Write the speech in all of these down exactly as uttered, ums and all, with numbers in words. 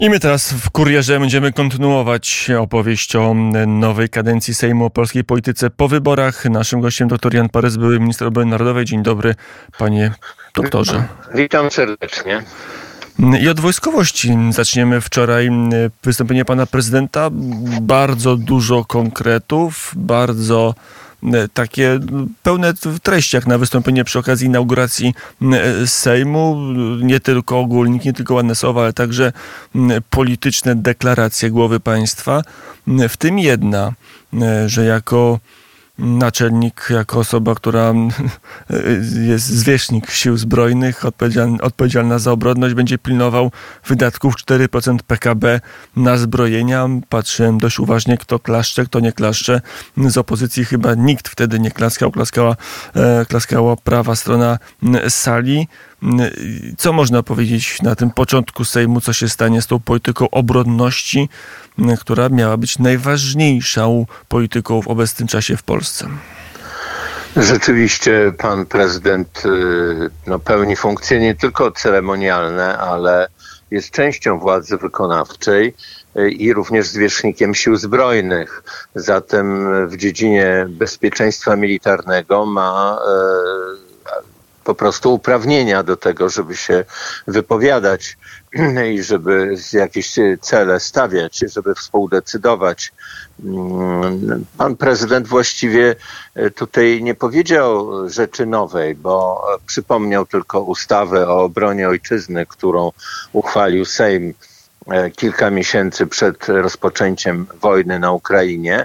I my teraz w Kurierze będziemy kontynuować opowieść o nowej kadencji Sejmu, o polskiej polityce po wyborach. Naszym gościem dr Jan Parys, były minister obrony narodowej. Dzień dobry, panie doktorze. Witam serdecznie. I od wojskowości zaczniemy. Wczoraj wystąpienie pana prezydenta. Bardzo dużo konkretów, bardzo takie pełne treści, jak na wystąpienie przy okazji inauguracji Sejmu. Nie tylko ogólnik, nie tylko ładne słowa, ale także polityczne deklaracje głowy państwa. W tym jedna, że jako naczelnik, jako osoba, która jest zwierzchnik sił zbrojnych, odpowiedzialna, odpowiedzialna za obronność, będzie pilnował wydatków cztery procent P K B na zbrojenia. Patrzyłem dość uważnie, kto klaszcze, kto nie klaszcze. Z opozycji chyba nikt wtedy nie klaskał, klaskała, klaskała prawa strona sali. Co można powiedzieć na tym początku Sejmu, co się stanie z tą polityką obronności, która miała być najważniejszą polityką w obecnym czasie w Polsce? Rzeczywiście pan prezydent no, pełni funkcje nie tylko ceremonialne, ale jest częścią władzy wykonawczej i również zwierzchnikiem sił zbrojnych. Zatem w dziedzinie bezpieczeństwa militarnego ma e, po prostu uprawnienia do tego, żeby się wypowiadać i żeby jakieś cele stawiać, żeby współdecydować. Pan prezydent właściwie tutaj nie powiedział rzeczy nowej, bo przypomniał tylko ustawę o obronie ojczyzny, którą uchwalił Sejm kilka miesięcy przed rozpoczęciem wojny na Ukrainie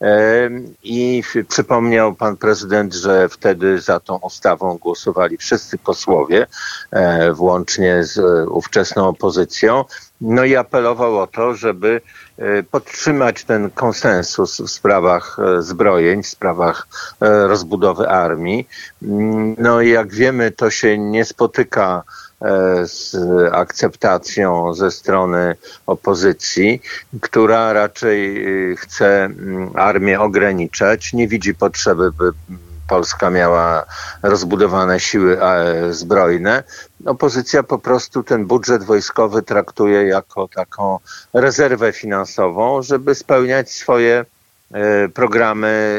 i przypomniał pan prezydent, że wtedy za tą ustawą głosowali wszyscy posłowie, włącznie z ówczesną opozycją. No i apelował o to, żeby podtrzymać ten konsensus w sprawach zbrojeń, w sprawach rozbudowy armii. No i jak wiemy, to się nie spotyka z akceptacją ze strony opozycji, która raczej chce armię ograniczać, nie widzi potrzeby, by Polska miała rozbudowane siły zbrojne. Opozycja po prostu ten budżet wojskowy traktuje jako taką rezerwę finansową, żeby spełniać swoje programy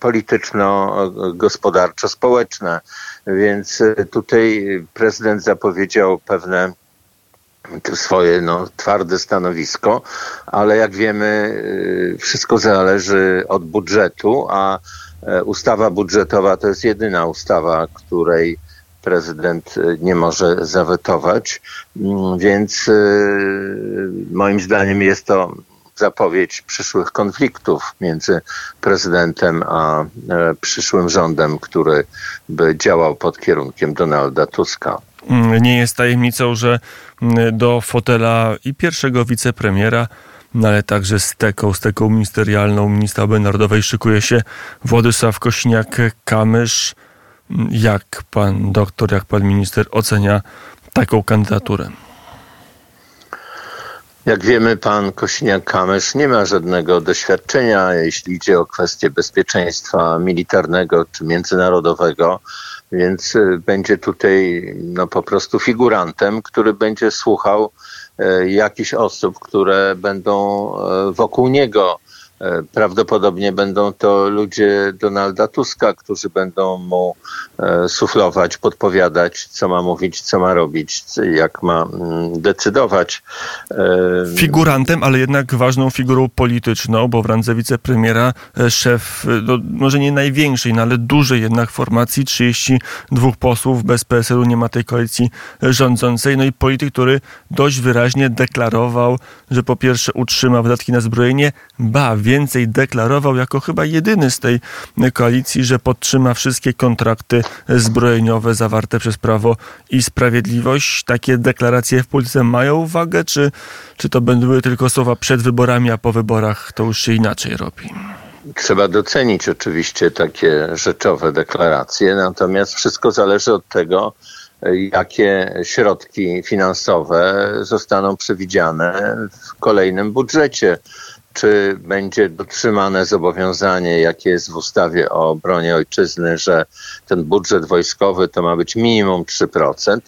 polityczno-gospodarczo-społeczne. Więc tutaj prezydent zapowiedział pewne swoje no, twarde stanowisko, ale jak wiemy, wszystko zależy od budżetu, a ustawa budżetowa to jest jedyna ustawa, której prezydent nie może zawetować, więc moim zdaniem jest to zapowiedź przyszłych konfliktów między prezydentem a e, przyszłym rządem, który by działał pod kierunkiem Donalda Tuska. Nie jest tajemnicą, że do fotela i pierwszego wicepremiera, no ale także steką, steką ministerialną ministra obrony narodowej szykuje się Władysław Kosiniak-Kamysz. Jak pan doktor, jak pan minister ocenia taką kandydaturę? Jak wiemy, pan Kosiniak-Kamysz nie ma żadnego doświadczenia, jeśli idzie o kwestie bezpieczeństwa militarnego czy międzynarodowego, więc będzie tutaj no, po prostu figurantem, który będzie słuchał e, jakichś osób, które będą e, wokół niego. E, prawdopodobnie będą to ludzie Donalda Tuska, którzy będą mu e, suflować, podpowiadać, co ma mówić, co ma robić, jak ma mm, decydować. E... Figurantem, ale jednak ważną figurą polityczną, bo w randze wicepremiera szef, no, może nie największej, no, ale dużej jednak formacji, trzydziestu dwóch posłów, bez P S L u nie ma tej koalicji rządzącej. No i polityk, który dość wyraźnie deklarował, że po pierwsze utrzyma wydatki na zbrojenie, ba, więcej deklarował jako chyba jedyny z tej koalicji, że podtrzyma wszystkie kontrakty zbrojeniowe zawarte przez Prawo i Sprawiedliwość. Takie deklaracje w polityce mają wagę, czy, czy to były tylko słowa przed wyborami, a po wyborach to już się inaczej robi? Trzeba docenić oczywiście takie rzeczowe deklaracje, natomiast wszystko zależy od tego, jakie środki finansowe zostaną przewidziane w kolejnym budżecie. Czy będzie dotrzymane zobowiązanie, jakie jest w ustawie o obronie ojczyzny, że ten budżet wojskowy to ma być minimum trzy procent,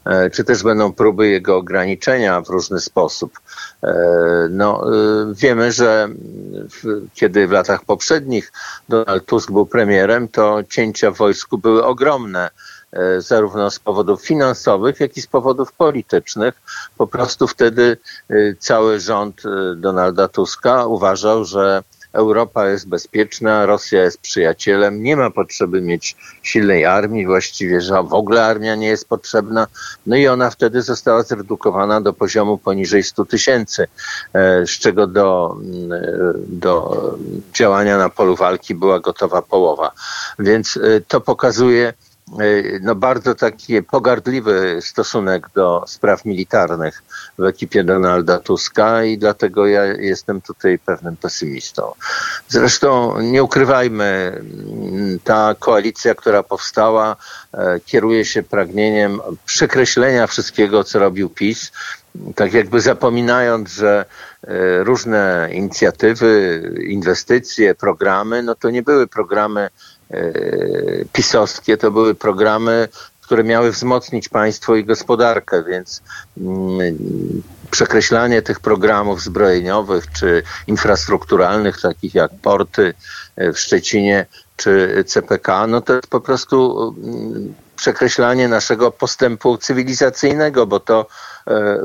czy też będą próby jego ograniczenia w różny sposób. No, wiemy, że w, kiedy w latach poprzednich Donald Tusk był premierem, to cięcia w wojsku były ogromne, zarówno z powodów finansowych, jak i z powodów politycznych. Po prostu wtedy cały rząd Donalda Tuska uważał, że Europa jest bezpieczna, Rosja jest przyjacielem, nie ma potrzeby mieć silnej armii, właściwie, że w ogóle armia nie jest potrzebna. No i ona wtedy została zredukowana do poziomu poniżej stu tysięcy, z czego do, do działania na polu walki była gotowa połowa. Więc to pokazuje no bardzo taki pogardliwy stosunek do spraw militarnych w ekipie Donalda Tuska i dlatego ja jestem tutaj pewnym pesymistą. Zresztą nie ukrywajmy, ta koalicja, która powstała, kieruje się pragnieniem przekreślenia wszystkiego, co robił PiS, tak jakby zapominając, że różne inicjatywy, inwestycje, programy, no to nie były programy pisowskie, to były programy, które miały wzmocnić państwo i gospodarkę, więc mm, przekreślanie tych programów zbrojeniowych czy infrastrukturalnych, takich jak porty w Szczecinie czy C P K, no to jest po prostu mm, przekreślanie naszego postępu cywilizacyjnego, bo to e,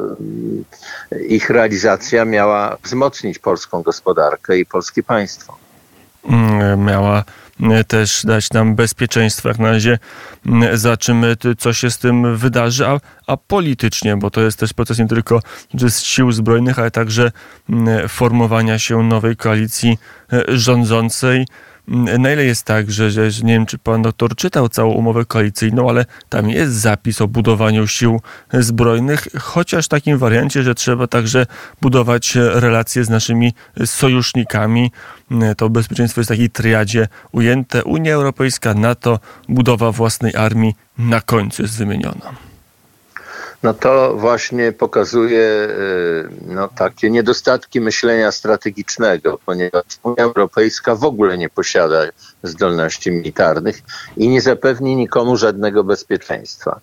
ich realizacja miała wzmocnić polską gospodarkę i polskie państwo. Miała też dać nam bezpieczeństwo. Jak na razie zobaczymy, co się z tym wydarzy, a, a politycznie, bo to jest też proces nie tylko z sił zbrojnych, ale także formowania się nowej koalicji rządzącej. Na ile jest tak, że, że nie wiem, czy pan doktor czytał całą umowę koalicyjną, ale tam jest zapis o budowaniu sił zbrojnych, chociaż w takim wariancie, że trzeba także budować relacje z naszymi sojusznikami. To bezpieczeństwo jest w takiej triadzie ujęte. Unia Europejska, NATO, budowa własnej armii na końcu jest wymieniona. No to właśnie pokazuje no, takie niedostatki myślenia strategicznego, ponieważ Unia Europejska w ogóle nie posiada zdolności militarnych i nie zapewni nikomu żadnego bezpieczeństwa.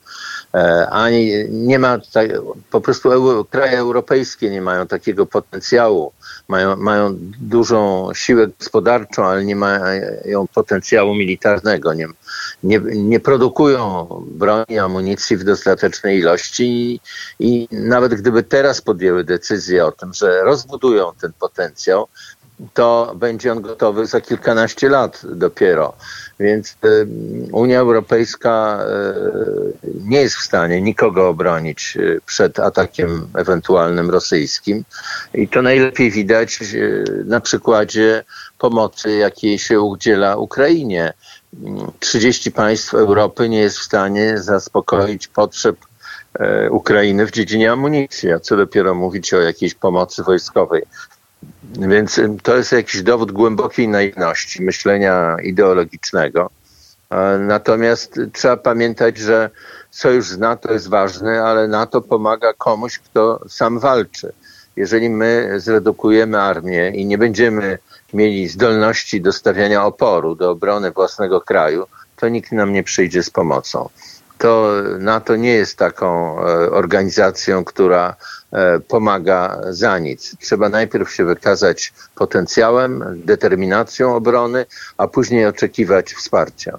Ani nie ma, po prostu kraje europejskie nie mają takiego potencjału. Mają, mają dużą siłę gospodarczą, ale nie mają potencjału militarnego. Nie, nie, nie produkują broni, amunicji w dostatecznej ilości i, i nawet gdyby teraz podjęły decyzję o tym, że rozbudują ten potencjał, to będzie on gotowy za kilkanaście lat dopiero. Więc y, Unia Europejska y, nie jest w stanie nikogo obronić y, przed atakiem ewentualnym rosyjskim. I to najlepiej widać y, na przykładzie pomocy, jakiej się udziela Ukrainie. trzydzieści państw Europy nie jest w stanie zaspokoić potrzeb y, Ukrainy w dziedzinie amunicji, a co dopiero mówić o jakiejś pomocy wojskowej. Więc to jest jakiś dowód głębokiej naiwności, myślenia ideologicznego. Natomiast trzeba pamiętać, że sojusz z NATO jest ważny, ale NATO pomaga komuś, kto sam walczy. Jeżeli my zredukujemy armię i nie będziemy mieli zdolności do stawiania oporu, do obrony własnego kraju, to nikt nam nie przyjdzie z pomocą. To NATO nie jest taką organizacją, która pomaga za nic. Trzeba najpierw się wykazać potencjałem, determinacją obrony, a później oczekiwać wsparcia.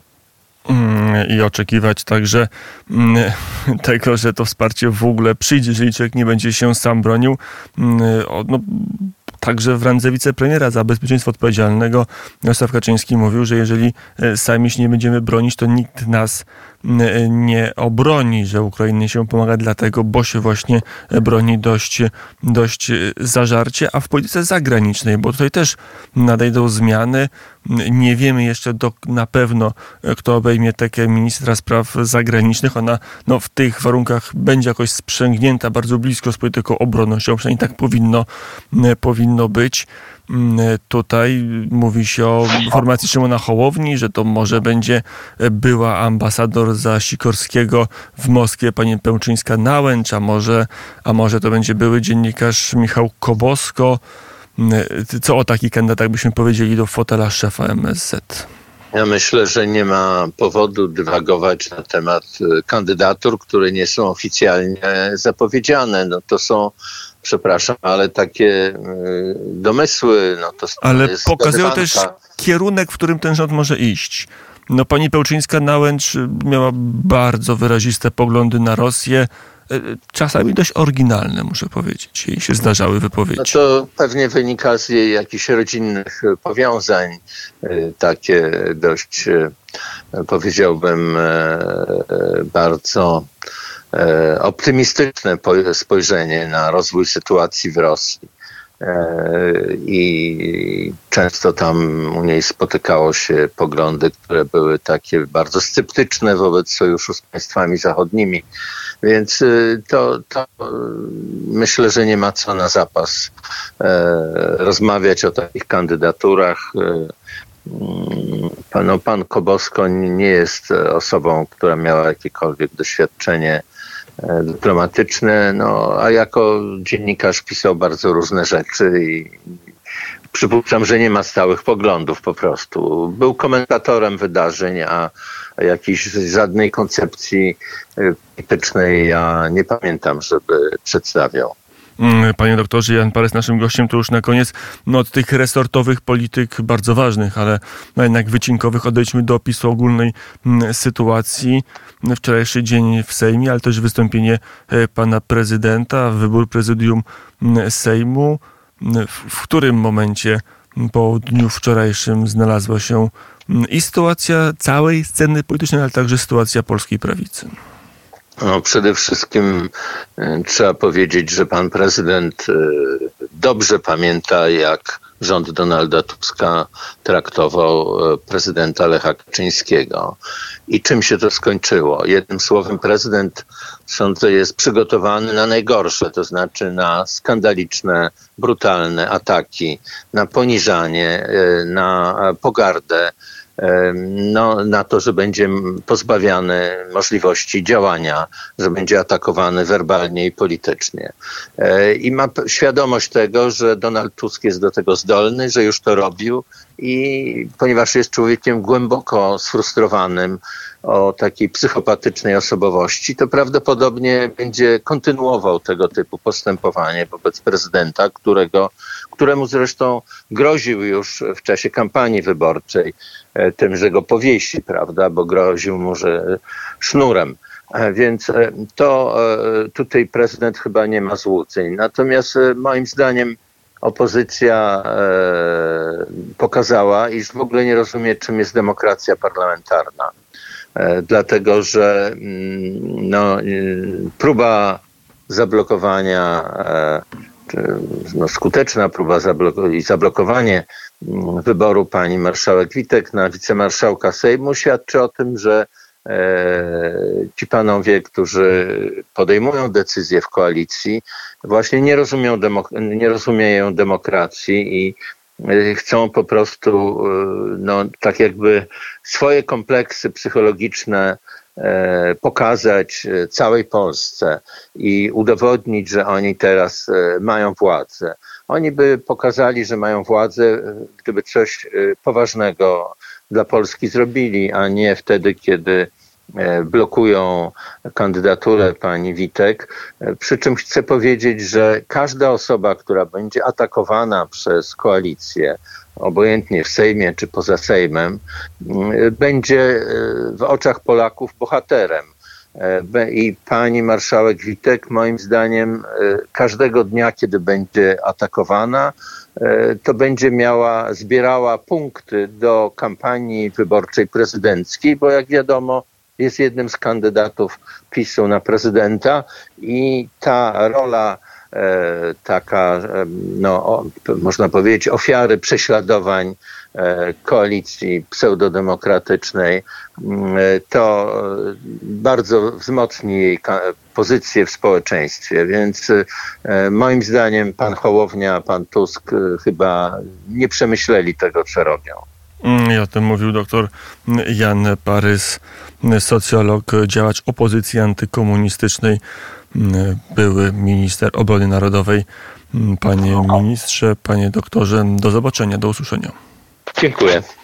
I oczekiwać także tego, że to wsparcie w ogóle przyjdzie, jeżeli człowiek nie będzie się sam bronił. No, także w randze wicepremiera za bezpieczeństwo odpowiedzialnego Jarosław Kaczyński mówił, że jeżeli sami się nie będziemy bronić, to nikt nas nie obroni, że Ukrainie się pomaga dlatego, bo się właśnie broni dość, dość zażarcie, a w polityce zagranicznej, bo tutaj też nadejdą zmiany. Nie wiemy jeszcze do, na pewno, kto obejmie tekę ministra spraw zagranicznych. Ona no, w tych warunkach będzie jakoś sprzęgnięta bardzo blisko z polityką obronnością. Przynajmniej tak powinno, powinno być. Tutaj mówi się o formacji Szymona Hołowni, że to może będzie była ambasador za Sikorskiego w Moskwie, pani Pełczyńska-Nałęcz, a może, a może to będzie były dziennikarz Michał Kobosko. Co o takich kandydatach byśmy powiedzieli do fotela szefa M S Z? Ja myślę, że nie ma powodu dywagować na temat kandydatur, które nie są oficjalnie zapowiedziane. No to są, przepraszam, ale takie domysły. No to ale jest pokazują zgadywanka. też kierunek, w którym ten rząd może iść. No pani Pełczyńska-Nałęcz miała bardzo wyraziste poglądy na Rosję. Czasami dość oryginalne, muszę powiedzieć. Jej się zdarzały wypowiedzi. No to pewnie wynika z jej jakichś rodzinnych powiązań. Takie dość, powiedziałbym, bardzo optymistyczne spojrzenie na rozwój sytuacji w Rosji. I często tam u niej spotykało się poglądy, które były takie bardzo sceptyczne wobec sojuszu z państwami zachodnimi. Więc to, to myślę, że nie ma co na zapas rozmawiać o takich kandydaturach. Pan, pan Kobosko nie jest osobą, która miała jakiekolwiek doświadczenie dyplomatyczne, no a jako dziennikarz pisał bardzo różne rzeczy i przypuszczam, że nie ma stałych poglądów po prostu. Był komentatorem wydarzeń, a jakiejś żadnej koncepcji politycznej ja nie pamiętam, żeby przedstawiał. Panie doktorze, Jan Parys naszym gościem, to już na koniec no, od tych resortowych polityk bardzo ważnych, ale no, jednak wycinkowych odejdźmy do opisu ogólnej m, sytuacji. Wczorajszy dzień w Sejmie, ale też wystąpienie e, pana prezydenta, wybór prezydium m, Sejmu. W, w którym momencie po dniu wczorajszym znalazła się m, i sytuacja całej sceny politycznej, ale także sytuacja polskiej prawicy? No, przede wszystkim y, trzeba powiedzieć, że pan prezydent y, dobrze pamięta, jak rząd Donalda Tuska traktował y, prezydenta Lecha Kaczyńskiego. I czym się to skończyło? Jednym słowem, prezydent, sądzę, jest przygotowany na najgorsze, to znaczy na skandaliczne, brutalne ataki, na poniżanie, y, na pogardę. No, na to, że będzie pozbawiany możliwości działania, że będzie atakowany werbalnie i politycznie. I ma świadomość tego, że Donald Tusk jest do tego zdolny, że już to robił i ponieważ jest człowiekiem głęboko sfrustrowanym, o takiej psychopatycznej osobowości, to prawdopodobnie będzie kontynuował tego typu postępowanie wobec prezydenta, którego, któremu zresztą groził już w czasie kampanii wyborczej tym, że go powiesi, prawda, bo groził mu, że sznurem. Więc to tutaj prezydent chyba nie ma złudzeń. Natomiast moim zdaniem opozycja pokazała, iż w ogóle nie rozumie, czym jest demokracja parlamentarna. Dlatego, że no, próba zablokowania, no, skuteczna próba zablok- i zablokowanie wyboru pani marszałek Witek na wicemarszałka Sejmu świadczy o tym, że e, ci panowie, którzy podejmują decyzje w koalicji, właśnie nie rozumieją, demok- nie rozumieją demokracji i chcą po prostu no, tak jakby swoje kompleksy psychologiczne e, pokazać całej Polsce i udowodnić, że oni teraz e, mają władzę. Oni by pokazali, że mają władzę, gdyby coś e, poważnego dla Polski zrobili, a nie wtedy, kiedy blokują kandydaturę pani Witek. Przy czym chcę powiedzieć, że każda osoba, która będzie atakowana przez koalicję, obojętnie w Sejmie czy poza Sejmem, będzie w oczach Polaków bohaterem. I pani marszałek Witek, moim zdaniem, każdego dnia, kiedy będzie atakowana, to będzie miała, zbierała punkty do kampanii wyborczej prezydenckiej, bo jak wiadomo, jest jednym z kandydatów PiSu na prezydenta i ta rola e, taka, e, no, o, można powiedzieć, ofiary prześladowań e, koalicji pseudodemokratycznej, e, to bardzo wzmocni jej ka- pozycję w społeczeństwie. Więc e, moim zdaniem pan Hołownia, pan Tusk e, chyba nie przemyśleli tego, co robią. I o tym mówił doktor Jan Parys, socjolog, działacz opozycji antykomunistycznej, były minister obrony narodowej. Panie ministrze, panie doktorze, do zobaczenia, do usłyszenia. Dziękuję.